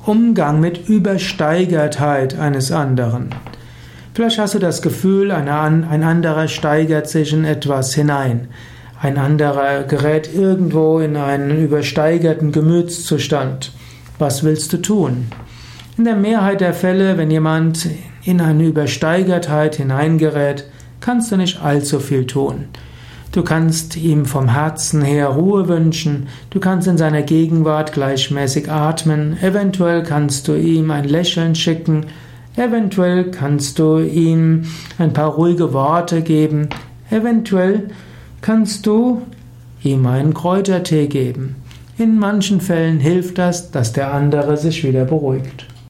Umgang mit Übersteigertheit eines anderen. Vielleicht hast du das Gefühl, ein anderer steigert sich in etwas hinein. Ein anderer gerät irgendwo in einen übersteigerten Gemütszustand. Was willst du tun? In der Mehrheit der Fälle, wenn jemand in eine Übersteigertheit hineingerät, kannst du nicht allzu viel tun. Du kannst ihm vom Herzen her Ruhe wünschen, du kannst in seiner Gegenwart gleichmäßig atmen, eventuell kannst du ihm ein Lächeln schicken, eventuell kannst du ihm ein paar ruhige Worte geben, eventuell kannst du ihm einen Kräutertee geben. In manchen Fällen hilft das, dass der andere sich wieder beruhigt.